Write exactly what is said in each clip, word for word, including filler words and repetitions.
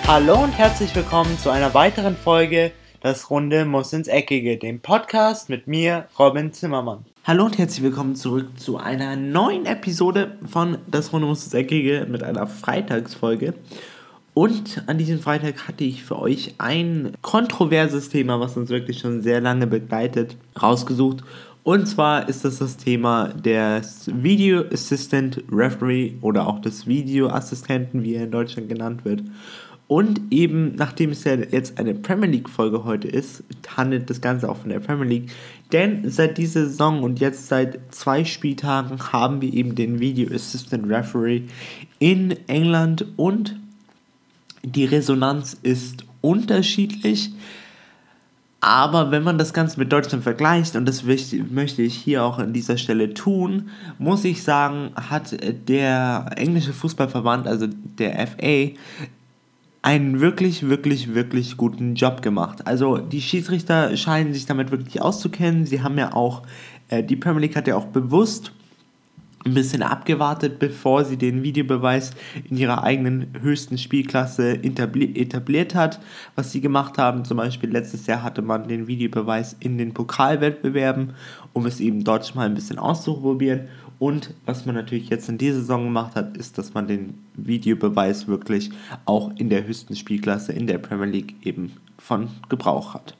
Hallo und herzlich willkommen zu einer weiteren Folge Das Runde muss ins Eckige, dem Podcast mit mir, Robin Zimmermann. Hallo und herzlich willkommen zurück zu einer neuen Episode von Das Runde muss ins Eckige mit einer Freitagsfolge. Und an diesem Freitag hatte ich für euch ein kontroverses Thema, was uns wirklich schon sehr lange begleitet, rausgesucht. Und zwar ist das das Thema des Video Assistant Referee oder auch des Videoassistenten, wie er in Deutschland genannt wird. Und eben, nachdem es ja jetzt eine Premier League Folge heute ist, handelt das Ganze auch von der Premier League. Denn seit dieser Saison und jetzt seit zwei Spieltagen haben wir eben den Video Assistant Referee in England und die Resonanz ist unterschiedlich. Aber wenn man das Ganze mit Deutschland vergleicht, und das möchte ich hier auch an dieser Stelle tun, muss ich sagen, hat der englische Fußballverband, also der F A, einen wirklich, wirklich, wirklich guten Job gemacht. Also die Schiedsrichter scheinen sich damit wirklich auszukennen. Sie haben ja auch, äh, die Premier League hat ja auch bewusst ein bisschen abgewartet, bevor sie den Videobeweis in ihrer eigenen höchsten Spielklasse etabli- etabliert hat. Was sie gemacht haben, zum Beispiel letztes Jahr hatte man den Videobeweis in den Pokalwettbewerben, um es eben dort mal ein bisschen auszuprobieren. Und was man natürlich jetzt in dieser Saison gemacht hat, ist, dass man den Videobeweis wirklich auch in der höchsten Spielklasse in der Premier League eben von Gebrauch hat.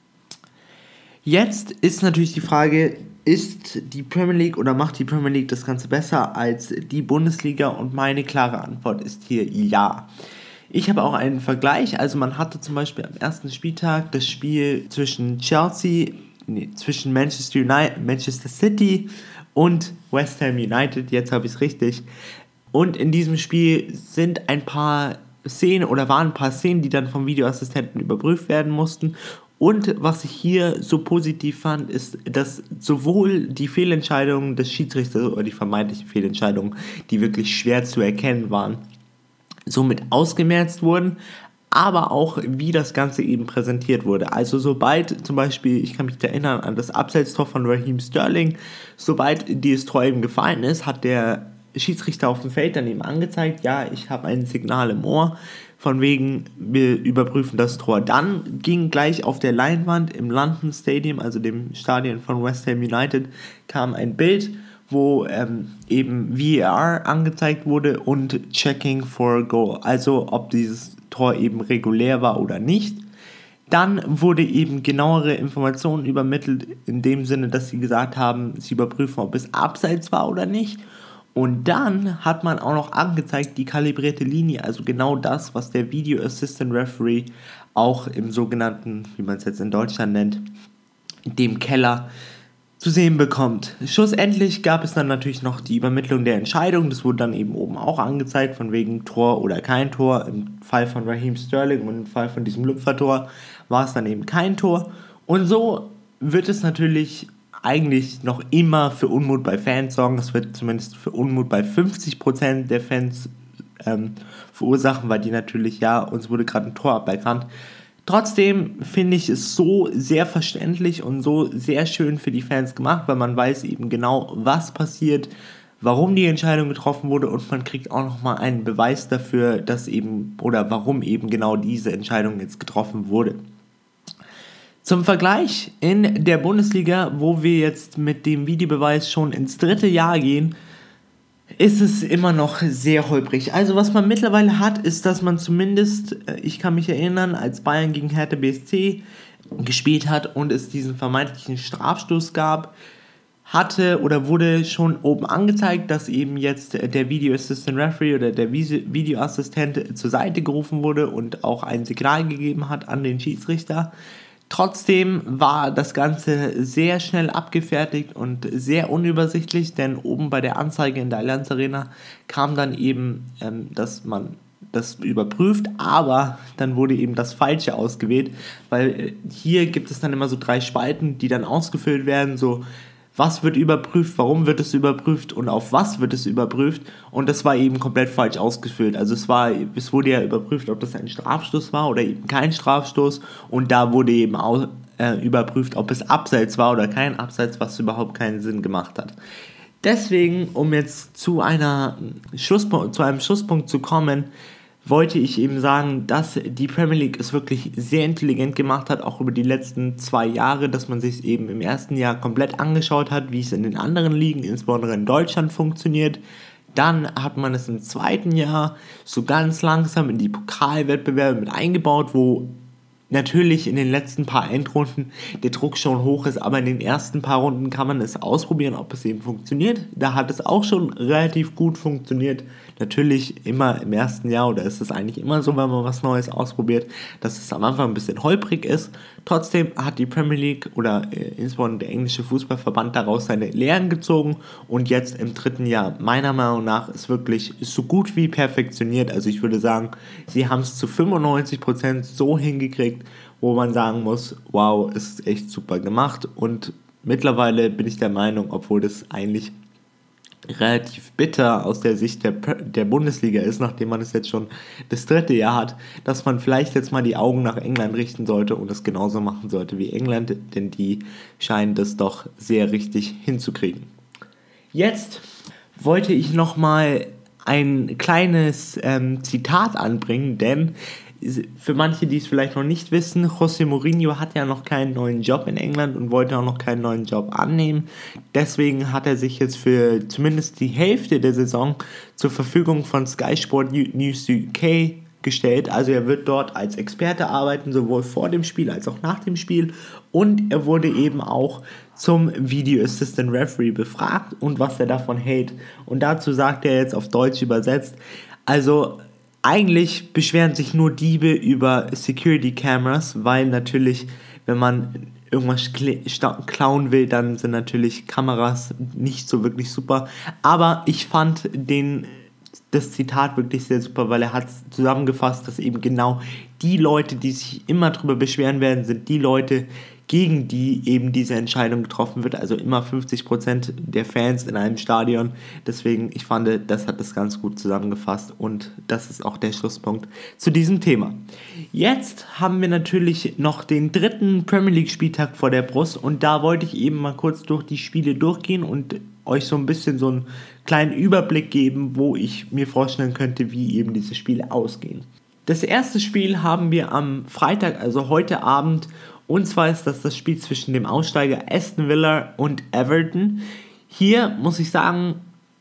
Jetzt ist natürlich die Frage, ist die Premier League oder macht die Premier League das Ganze besser als die Bundesliga? Und meine klare Antwort ist hier ja. Ich habe auch einen Vergleich, also man hatte zum Beispiel am ersten Spieltag das Spiel zwischen Chelsea, nee, zwischen Manchester United, Manchester City und West Ham United, jetzt habe ich es richtig. Und in diesem Spiel sind ein paar Szenen oder waren ein paar Szenen, die dann vom Videoassistenten überprüft werden mussten. Und was ich hier so positiv fand, ist, dass sowohl die Fehlentscheidungen des Schiedsrichters oder die vermeintlichen Fehlentscheidungen, die wirklich schwer zu erkennen waren, somit ausgemerzt wurden, aber auch wie das Ganze eben präsentiert wurde. Also sobald zum Beispiel, ich kann mich erinnern an das Abseitstor von Raheem Sterling, sobald dieses Tor eben gefallen ist, hat der Schiedsrichter auf dem Feld dann eben angezeigt, ja, ich habe ein Signal im Ohr, von wegen, wir überprüfen das Tor. Dann ging gleich auf der Leinwand im London Stadium, also dem Stadion von West Ham United, kam ein Bild, wo ähm, eben V A R angezeigt wurde und Checking for Goal, also ob dieses Tor eben regulär war oder nicht. Dann wurde eben genauere Informationen übermittelt, in dem Sinne, dass sie gesagt haben, sie überprüfen, ob es abseits war oder nicht. Und dann hat man auch noch angezeigt, die kalibrierte Linie, also genau das, was der Video Assistant Referee auch im sogenannten, wie man es jetzt in Deutschland nennt, dem Keller zu sehen bekommt. Schlussendlich gab es dann natürlich noch die Übermittlung der Entscheidung, das wurde dann eben oben auch angezeigt, von wegen Tor oder kein Tor. Im Fall von Raheem Sterling und im Fall von diesem Lupfertor war es dann eben kein Tor. Und so wird es natürlich eigentlich noch immer für Unmut bei Fans sorgen. Es wird zumindest für Unmut bei fünfzig Prozent der Fans ähm, verursachen, weil die natürlich, ja, uns wurde gerade ein Tor aberkannt. Trotzdem finde ich es so sehr verständlich und so sehr schön für die Fans gemacht, weil man weiß eben genau, was passiert, warum die Entscheidung getroffen wurde und man kriegt auch nochmal einen Beweis dafür, dass eben oder warum eben genau diese Entscheidung jetzt getroffen wurde. Zum Vergleich, in der Bundesliga, wo wir jetzt mit dem Videobeweis schon ins dritte Jahr gehen, ist es immer noch sehr holprig. Also was man mittlerweile hat, ist, dass man zumindest, ich kann mich erinnern, als Bayern gegen Hertha B S C gespielt hat und es diesen vermeintlichen Strafstoß gab, hatte oder wurde schon oben angezeigt, dass eben jetzt der Video Assistant Referee oder der Videoassistent zur Seite gerufen wurde und auch ein Signal gegeben hat an den Schiedsrichter. Trotzdem war das Ganze sehr schnell abgefertigt und sehr unübersichtlich, denn oben bei der Anzeige in der Allianz Arena kam dann eben, ähm, dass man das überprüft, aber dann wurde eben das Falsche ausgewählt, weil äh, hier gibt es dann immer so drei Spalten, die dann ausgefüllt werden, so was wird überprüft, warum wird es überprüft und auf was wird es überprüft, und das war eben komplett falsch ausgefüllt. Also es war, es wurde ja überprüft, ob das ein Strafstoß war oder eben kein Strafstoß, und da wurde eben auch äh, überprüft, ob es Abseits war oder kein Abseits, was überhaupt keinen Sinn gemacht hat. Deswegen, um jetzt zu einer Schlusspunkt, zu einem Schlusspunkt zu kommen, wollte ich eben sagen, dass die Premier League es wirklich sehr intelligent gemacht hat, auch über die letzten zwei Jahre, dass man sich eben im ersten Jahr komplett angeschaut hat, wie es in den anderen Ligen, insbesondere in Deutschland, funktioniert. Dann hat man es im zweiten Jahr so ganz langsam in die Pokalwettbewerbe mit eingebaut, wo natürlich in den letzten paar Endrunden der Druck schon hoch ist, aber in den ersten paar Runden kann man es ausprobieren, ob es eben funktioniert. Da hat es auch schon relativ gut funktioniert. Natürlich immer im ersten Jahr, oder ist es eigentlich immer so, wenn man was Neues ausprobiert, dass es am Anfang ein bisschen holprig ist. Trotzdem hat die Premier League oder äh, insbesondere der englische Fußballverband daraus seine Lehren gezogen und jetzt im dritten Jahr meiner Meinung nach ist wirklich so gut wie perfektioniert. Also ich würde sagen, sie haben es zu fünfundneunzig Prozent so hingekriegt, wo man sagen muss, wow, ist echt super gemacht. Und mittlerweile bin ich der Meinung, obwohl das eigentlich relativ bitter aus der Sicht der, der Bundesliga ist, nachdem man es jetzt schon das dritte Jahr hat, dass man vielleicht jetzt mal die Augen nach England richten sollte und es genauso machen sollte wie England, denn die scheinen das doch sehr richtig hinzukriegen. Jetzt wollte ich nochmal ein kleines ähm, Zitat anbringen, denn für manche, die es vielleicht noch nicht wissen, José Mourinho hat ja noch keinen neuen Job in England und wollte auch noch keinen neuen Job annehmen. Deswegen hat er sich jetzt für zumindest die Hälfte der Saison zur Verfügung von Sky Sport News U K gestellt. Also er wird dort als Experte arbeiten, sowohl vor dem Spiel als auch nach dem Spiel. Und er wurde eben auch zum Video Assistant Referee befragt und was er davon hält. Und dazu sagt er jetzt auf Deutsch übersetzt, also eigentlich beschweren sich nur Diebe über Security Cameras, weil natürlich, wenn man irgendwas klauen will, dann sind natürlich Kameras nicht so wirklich super. Aber ich fand den, das Zitat wirklich sehr super, weil er hat zusammengefasst, dass eben genau die Leute, die sich immer darüber beschweren werden, sind die Leute, gegen die eben diese Entscheidung getroffen wird, also immer fünfzig Prozent der Fans in einem Stadion. Deswegen, ich fand, das hat das ganz gut zusammengefasst und das ist auch der Schlusspunkt zu diesem Thema. Jetzt haben wir natürlich noch den dritten Premier League Spieltag vor der Brust und da wollte ich eben mal kurz durch die Spiele durchgehen und euch so ein bisschen so einen kleinen Überblick geben, wo ich mir vorstellen könnte, wie eben diese Spiele ausgehen. Das erste Spiel haben wir am Freitag, also heute Abend. Und zwar ist das das Spiel zwischen dem Aussteiger Aston Villa und Everton. Hier muss ich sagen,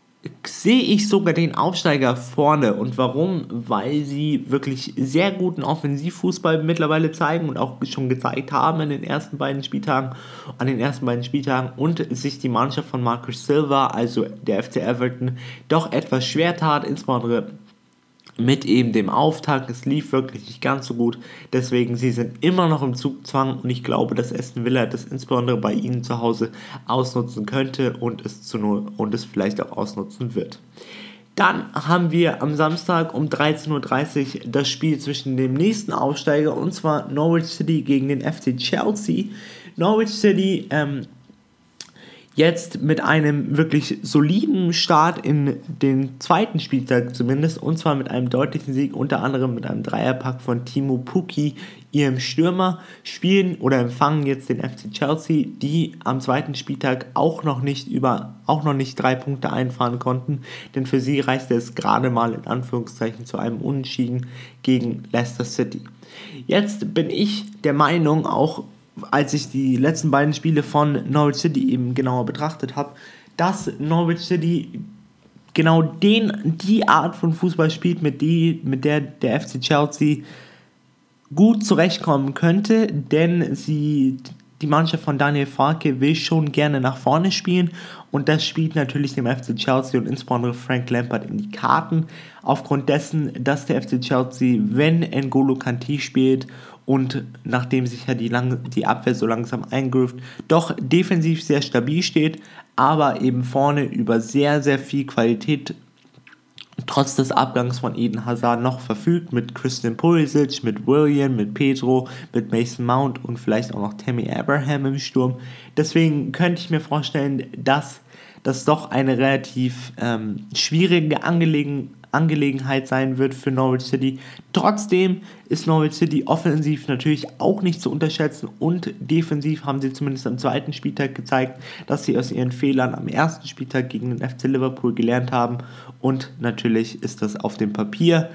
sehe ich sogar den Aufsteiger vorne. Und warum? Weil sie wirklich sehr guten Offensivfußball mittlerweile zeigen und auch schon gezeigt haben in den ersten beiden Spieltagen, an den ersten beiden Spieltagen und sich die Mannschaft von Marcus Silva, also der F C Everton, doch etwas schwer tat, insbesondere mit eben dem Auftakt. Es lief wirklich nicht ganz so gut, deswegen sie sind immer noch im Zugzwang und ich glaube, dass Aston Villa das insbesondere bei ihnen zu Hause ausnutzen könnte und es, zu nur, und es vielleicht auch ausnutzen wird. Dann haben wir am Samstag um dreizehn Uhr dreißig das Spiel zwischen dem nächsten Aufsteiger und zwar Norwich City gegen den F C Chelsea. Norwich City ähm, jetzt mit einem wirklich soliden Start in den zweiten Spieltag zumindest, und zwar mit einem deutlichen Sieg, unter anderem mit einem Dreierpack von Teemu Pukki, ihrem Stürmer, spielen oder empfangen jetzt den F C Chelsea, die am zweiten Spieltag auch noch nicht über, auch noch nicht drei Punkte einfahren konnten, denn für sie reichte es gerade mal in Anführungszeichen zu einem Unentschieden gegen Leicester City. Jetzt bin ich der Meinung, auch als ich die letzten beiden Spiele von Norwich City eben genauer betrachtet habe, dass Norwich City genau den, die Art von Fußball spielt, mit, die, mit der der F C Chelsea gut zurechtkommen könnte, denn sie, die Mannschaft von Daniel Farke will schon gerne nach vorne spielen und das spielt natürlich dem F C Chelsea und insbesondere Frank Lampard in die Karten, aufgrund dessen, dass der F C Chelsea, wenn N'Golo Kanté spielt und nachdem sich ja die, lang, die Abwehr so langsam eingrifft, doch defensiv sehr stabil steht, aber eben vorne über sehr, sehr viel Qualität trotz des Abgangs von Eden Hazard noch verfügt, mit Christian Pulisic, mit Willian, mit Pedro, mit Mason Mount und vielleicht auch noch Tammy Abraham im Sturm. Deswegen könnte ich mir vorstellen, dass das doch eine relativ ähm, schwierige Angelegen- Angelegenheit sein wird für Norwich City. Trotzdem ist Norwich City offensiv natürlich auch nicht zu unterschätzen und defensiv haben sie zumindest am zweiten Spieltag gezeigt, dass sie aus ihren Fehlern am ersten Spieltag gegen den F C Liverpool gelernt haben und natürlich ist das auf dem Papier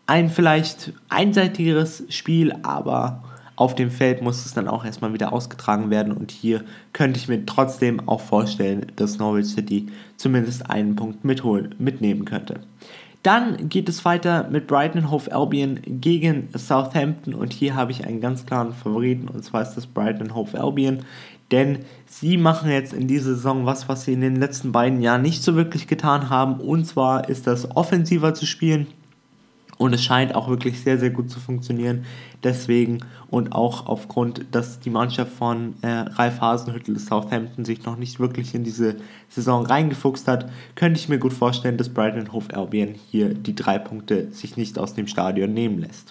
ein vielleicht einseitigeres Spiel, aber auf dem Feld muss es dann auch erstmal wieder ausgetragen werden und hier könnte ich mir trotzdem auch vorstellen, dass Norwich City zumindest einen Punkt mitholen, mitnehmen könnte. Dann geht es weiter mit Brighton and Hove Albion gegen Southampton und hier habe ich einen ganz klaren Favoriten und zwar ist das Brighton and Hove Albion, denn sie machen jetzt in dieser Saison was, was sie in den letzten beiden Jahren nicht so wirklich getan haben und zwar ist das offensiver zu spielen. Und es scheint auch wirklich sehr, sehr gut zu funktionieren. Deswegen und auch aufgrund, dass die Mannschaft von äh, Ralf Hasenhüttl Southampton sich noch nicht wirklich in diese Saison reingefuchst hat, könnte ich mir gut vorstellen, dass Brighton and Hove Albion hier die drei Punkte sich nicht aus dem Stadion nehmen lässt.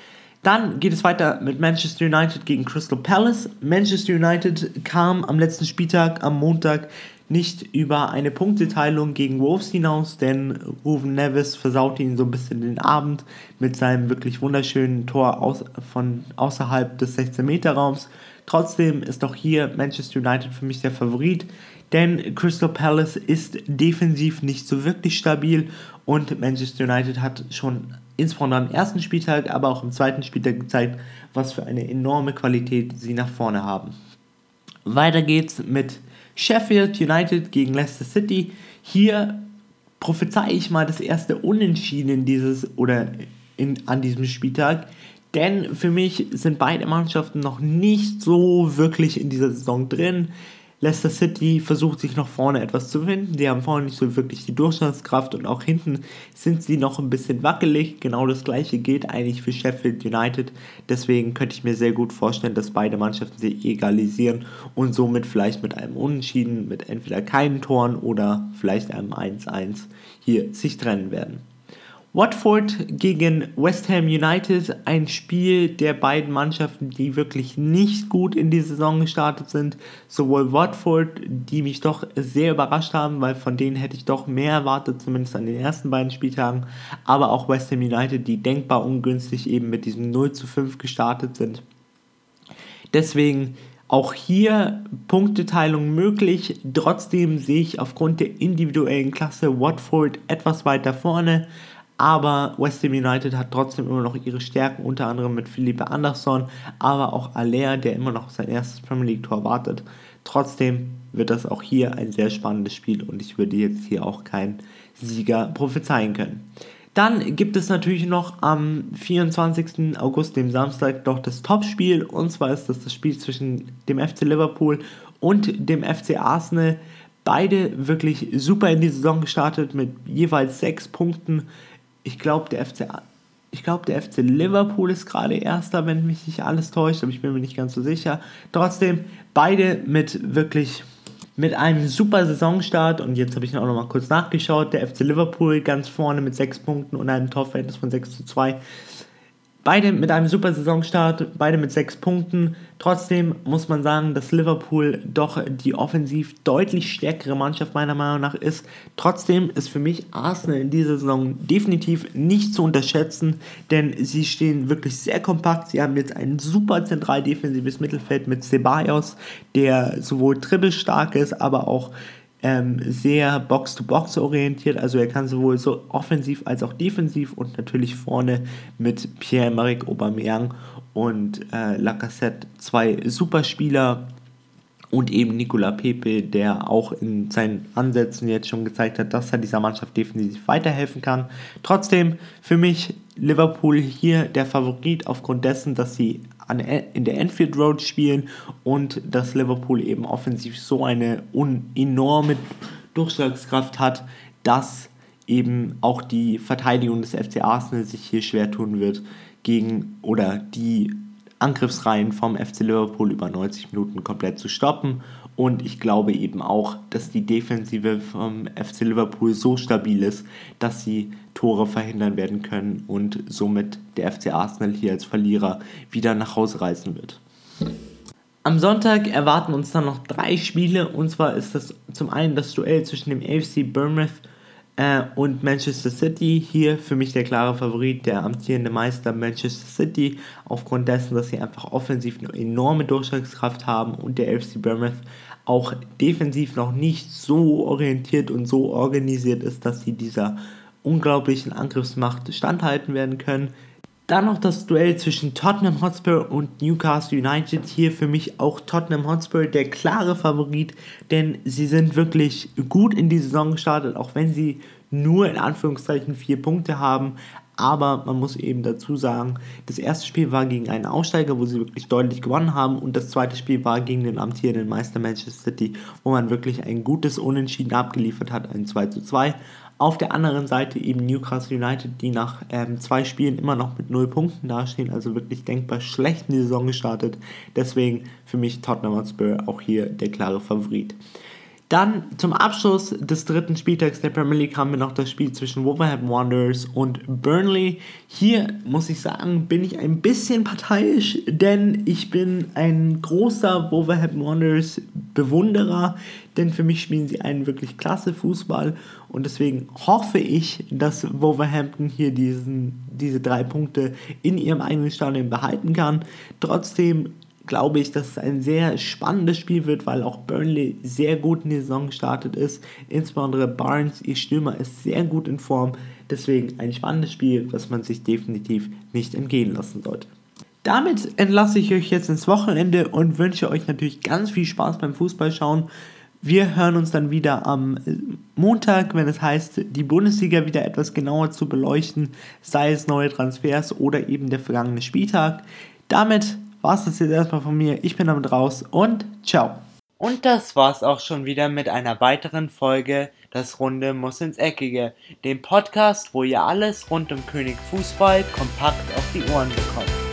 Dann geht es weiter mit Manchester United gegen Crystal Palace. Manchester United kam am letzten Spieltag, am Montag, nicht über eine Punkteteilung gegen Wolves hinaus, denn Ruben Neves versaute ihn so ein bisschen den Abend mit seinem wirklich wunderschönen Tor aus, von außerhalb des sechzehn-Meter-Raums. Trotzdem ist auch hier Manchester United für mich der Favorit, denn Crystal Palace ist defensiv nicht so wirklich stabil und Manchester United hat schon insbesondere am ersten Spieltag, aber auch im zweiten Spieltag gezeigt, was für eine enorme Qualität sie nach vorne haben. Weiter geht's mit Sheffield United gegen Leicester City. Hier prophezei ich mal das erste Unentschieden in dieses oder in, an diesem Spieltag, denn für mich sind beide Mannschaften noch nicht so wirklich in dieser Saison drin. Leicester City versucht sich noch vorne etwas zu finden, die haben vorne nicht so wirklich die Durchschlagskraft und auch hinten sind sie noch ein bisschen wackelig. Genau das gleiche gilt eigentlich für Sheffield United, deswegen könnte ich mir sehr gut vorstellen, dass beide Mannschaften sich egalisieren und somit vielleicht mit einem Unentschieden, mit entweder keinen Toren oder vielleicht einem eins eins hier sich trennen werden. Watford gegen West Ham United, ein Spiel der beiden Mannschaften, die wirklich nicht gut in die Saison gestartet sind. Sowohl Watford, die mich doch sehr überrascht haben, weil von denen hätte ich doch mehr erwartet, zumindest an den ersten beiden Spieltagen, aber auch West Ham United, die denkbar ungünstig eben mit diesem null zu fünf gestartet sind. Deswegen auch hier Punkteteilung möglich, trotzdem sehe ich aufgrund der individuellen Klasse Watford etwas weiter vorne. Aber West Ham United hat trotzdem immer noch ihre Stärken, unter anderem mit Felipe Anderson, aber auch Aller, der immer noch sein erstes Premier League Tor wartet. Trotzdem wird das auch hier ein sehr spannendes Spiel und ich würde jetzt hier auch keinen Sieger prophezeien können. Dann gibt es natürlich noch am vierundzwanzigsten August, dem Samstag, noch das Topspiel und zwar ist das das Spiel zwischen dem F C Liverpool und dem F C Arsenal. Beide wirklich super in die Saison gestartet mit jeweils sechs Punkten. Ich glaube, der F C, ich glaube, der F C Liverpool ist gerade Erster, wenn mich nicht alles täuscht, aber ich bin mir nicht ganz so sicher. Trotzdem, beide mit wirklich mit einem super Saisonstart und jetzt habe ich auch noch mal kurz nachgeschaut. Der F C Liverpool ganz vorne mit sechs Punkten und einem Torverhältnis von sechs zu zwei. Beide mit einem super Saisonstart, beide mit sechs Punkten. Trotzdem muss man sagen, dass Liverpool doch die offensiv deutlich stärkere Mannschaft meiner Meinung nach ist. Trotzdem ist für mich Arsenal in dieser Saison definitiv nicht zu unterschätzen, denn sie stehen wirklich sehr kompakt. Sie haben jetzt ein super zentral defensives Mittelfeld mit Ceballos, der sowohl dribbelstark ist, aber auch Ähm, sehr Box-to-Box orientiert, also er kann sowohl so offensiv als auch defensiv und natürlich vorne mit Pierre-Emerick Aubameyang und äh, Lacazette zwei Superspieler und eben Nicolas Pepe, der auch in seinen Ansätzen jetzt schon gezeigt hat, dass er dieser Mannschaft definitiv weiterhelfen kann. Trotzdem für mich Liverpool hier der Favorit aufgrund dessen, dass sie an, in der Anfield Road spielen und dass Liverpool eben offensiv so eine un, enorme Durchschlagskraft hat, dass eben auch die Verteidigung des F C Arsenal sich hier schwer tun wird gegen oder die Angriffsreihen vom F C Liverpool über neunzig Minuten komplett zu stoppen und ich glaube eben auch, dass die Defensive vom F C Liverpool so stabil ist, dass sie Tore verhindern werden können und somit der F C Arsenal hier als Verlierer wieder nach Hause reisen wird. Am Sonntag erwarten uns dann noch drei Spiele und zwar ist das zum einen das Duell zwischen dem A F C Bournemouth äh, und Manchester City. Hier für mich der klare Favorit, der amtierende Meister Manchester City, aufgrund dessen, dass sie einfach offensiv eine enorme Durchschlagskraft haben und der A F C Bournemouth auch defensiv noch nicht so orientiert und so organisiert ist, dass sie dieser unglaublichen Angriffsmacht standhalten werden können. Dann noch das Duell zwischen Tottenham Hotspur und Newcastle United. Hier für mich auch Tottenham Hotspur der klare Favorit, denn sie sind wirklich gut in die Saison gestartet, auch wenn sie nur in Anführungszeichen vier Punkte haben. Aber man muss eben dazu sagen, das erste Spiel war gegen einen Aussteiger, wo sie wirklich deutlich gewonnen haben, und das zweite Spiel war gegen den amtierenden Meister Manchester City, wo man wirklich ein gutes Unentschieden abgeliefert hat, ein zwei zu zwei. Auf der anderen Seite eben Newcastle United, die nach ähm, zwei Spielen immer noch mit null Punkten dastehen, also wirklich denkbar schlecht in die Saison gestartet. Deswegen für mich Tottenham Hotspur auch hier der klare Favorit. Dann zum Abschluss des dritten Spieltags der Premier League haben wir noch das Spiel zwischen Wolverhampton Wanderers und Burnley. Hier muss ich sagen, bin ich ein bisschen parteiisch, denn ich bin ein großer Wolverhampton Wanderers Bewunderer, denn für mich spielen sie einen wirklich klasse Fußball und deswegen hoffe ich, dass Wolverhampton hier diesen, diese drei Punkte in ihrem eigenen Stadion behalten kann. Trotzdem glaube ich, dass es ein sehr spannendes Spiel wird, weil auch Burnley sehr gut in die Saison gestartet ist. Insbesondere Barnes, ihr Stürmer, ist sehr gut in Form. Deswegen ein spannendes Spiel, was man sich definitiv nicht entgehen lassen sollte. Damit entlasse ich euch jetzt ins Wochenende und wünsche euch natürlich ganz viel Spaß beim Fußballschauen. Wir hören uns dann wieder am Montag, wenn es heißt, die Bundesliga wieder etwas genauer zu beleuchten, sei es neue Transfers oder eben der vergangene Spieltag. Damit war es das jetzt erstmal von mir. Ich bin damit raus und ciao. Und das war's auch schon wieder mit einer weiteren Folge Das Runde muss ins Eckige, dem Podcast, wo ihr alles rund um König Fußball kompakt auf die Ohren bekommt.